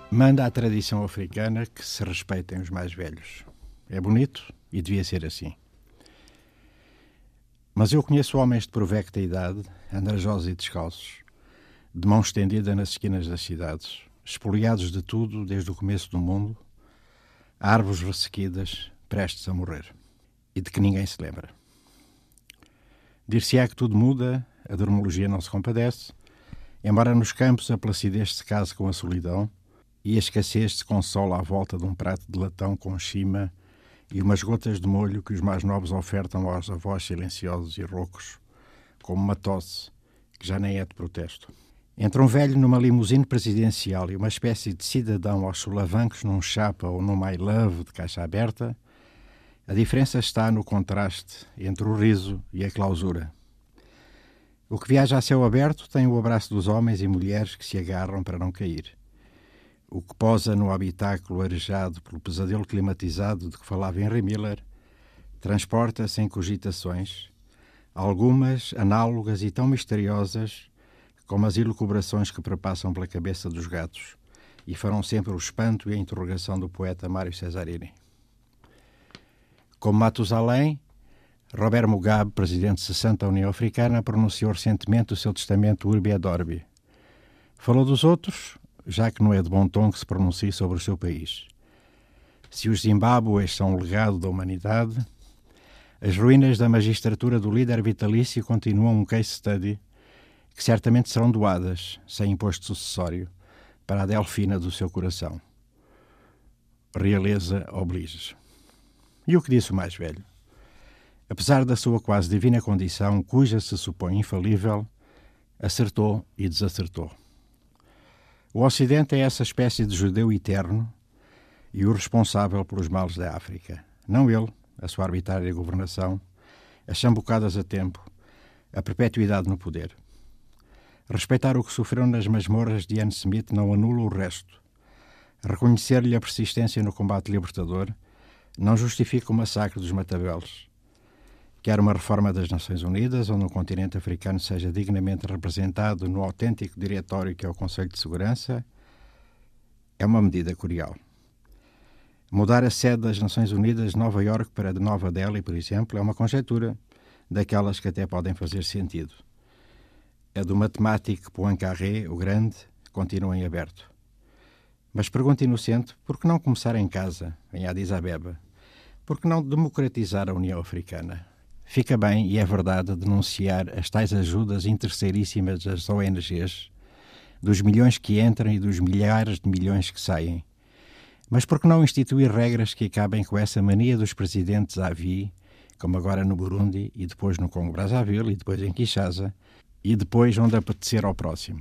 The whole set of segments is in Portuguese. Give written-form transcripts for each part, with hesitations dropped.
Manda a tradição africana que se respeitem os mais velhos. É bonito e devia ser assim. Mas eu conheço homens de provecta idade, andrajosos e descalços, de mão estendida nas esquinas das cidades, espoliados de tudo desde o começo do mundo, árvores ressequidas, prestes a morrer, e de que ninguém se lembra. Dir-se-á que tudo muda, a dermologia não se compadece, embora nos campos a placidez se case com a solidão e a escassez se consola à volta de um prato de latão com chima e umas gotas de molho que os mais novos ofertam aos avós silenciosos e roucos, como uma tosse que já nem é de protesto. Entre um velho numa limusine presidencial e uma espécie de cidadão aos solavancos num chapa ou num I Love de caixa aberta, a diferença está no contraste entre o riso e a clausura. O que viaja a céu aberto tem o abraço dos homens e mulheres que se agarram para não cair. O que posa no habitáculo arejado pelo pesadelo climatizado de que falava Henry Miller transporta-se em cogitações, algumas análogas e tão misteriosas como as elucubrações que perpassam pela cabeça dos gatos e farão sempre o espanto e a interrogação do poeta Mário Cesarini. Como Matusalém, Robert Mugabe, presidente 60 da União Africana, pronunciou recentemente o seu testamento Urbi et Orbi. Falou dos outros, já que não é de bom tom que se pronuncie sobre o seu país. Se os Zimbábues são um legado da humanidade, as ruínas da magistratura do líder vitalício continuam um case study que certamente serão doadas, sem imposto sucessório, para a Delfina do seu coração. Realeza oblige. E o que disse o mais velho? Apesar da sua quase divina condição, cuja se supõe infalível, acertou e desacertou. O Ocidente é essa espécie de judeu eterno e o responsável pelos males da África. Não ele, a sua arbitrária governação, as chambucadas a tempo, a perpetuidade no poder. Respeitar o que sofreu nas masmorras de Ian Smith não anula o resto. Reconhecer-lhe a persistência no combate libertador não justifica o massacre dos matabeles. Quer uma reforma das Nações Unidas, onde o continente africano seja dignamente representado no autêntico diretório que é o Conselho de Segurança, é uma medida curial. Mudar a sede das Nações Unidas de Nova Iorque para de Nova Delhi, por exemplo, é uma conjectura daquelas que até podem fazer sentido. A do matemático Poincaré, o grande, continua em aberto. Mas pergunta inocente, por que não começar em casa, em Addis Abeba? Por que não democratizar a União Africana? Fica bem, e é verdade, denunciar as tais ajudas interesseiríssimas das ONGs, dos milhões que entram e dos milhares de milhões que saem. Mas por que não instituir regras que acabem com essa mania dos presidentes à vie, como agora no Burundi, e depois no Congo-Brazzaville, e depois em Kinshasa, e depois onde apetecer ao próximo?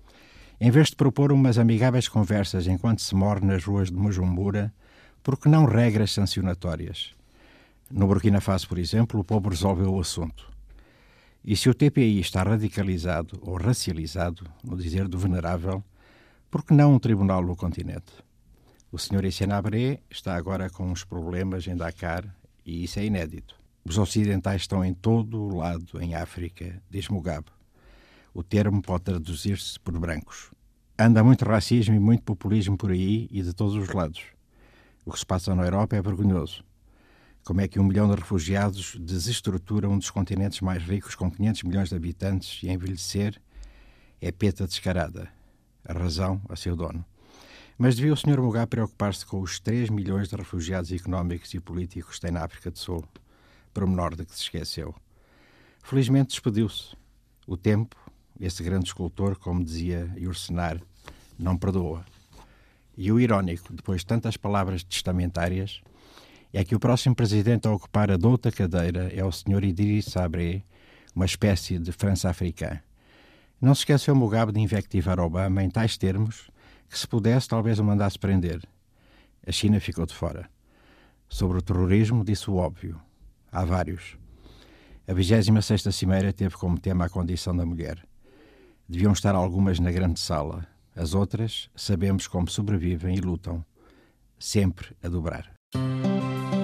Em vez de propor umas amigáveis conversas enquanto se morre nas ruas de Bujumbura, por que não regras sancionatórias? No Burkina Faso, por exemplo, o povo resolveu o assunto. E se o TPI está radicalizado ou racializado, no dizer do venerável, por que não um tribunal no continente? O Sr. Hissène Habré está agora com uns problemas em Dakar e isso é inédito. Os ocidentais estão em todo o lado em África, diz Mugabe. O termo pode traduzir-se por brancos. Anda muito racismo e muito populismo por aí e de todos os lados. O que se passa na Europa é vergonhoso. Como é que 1 milhão de refugiados desestrutura um dos continentes mais ricos com 500 milhões de habitantes e envelhecer é peta descarada. A razão a seu dono. Mas devia o Sr. Mugabe preocupar-se com os 3 milhões de refugiados económicos e políticos que tem na África do Sul, pormenor de que se esqueceu. Felizmente despediu-se. O tempo, esse grande escultor, como dizia Yourcenar, não perdoa. E o irónico, depois de tantas palavras testamentárias, é que o próximo presidente a ocupar a douta cadeira é o Sr. Idriss Abré, uma espécie de França-Africana. Não se esqueceu Mugabe de invectivar Obama em tais termos que, se pudesse, talvez o mandasse prender. A China ficou de fora. Sobre o terrorismo, disse o óbvio. Há vários. A 26ª Cimeira teve como tema a condição da mulher. Deviam estar algumas na grande sala. As outras, sabemos como sobrevivem e lutam. Sempre a dobrar.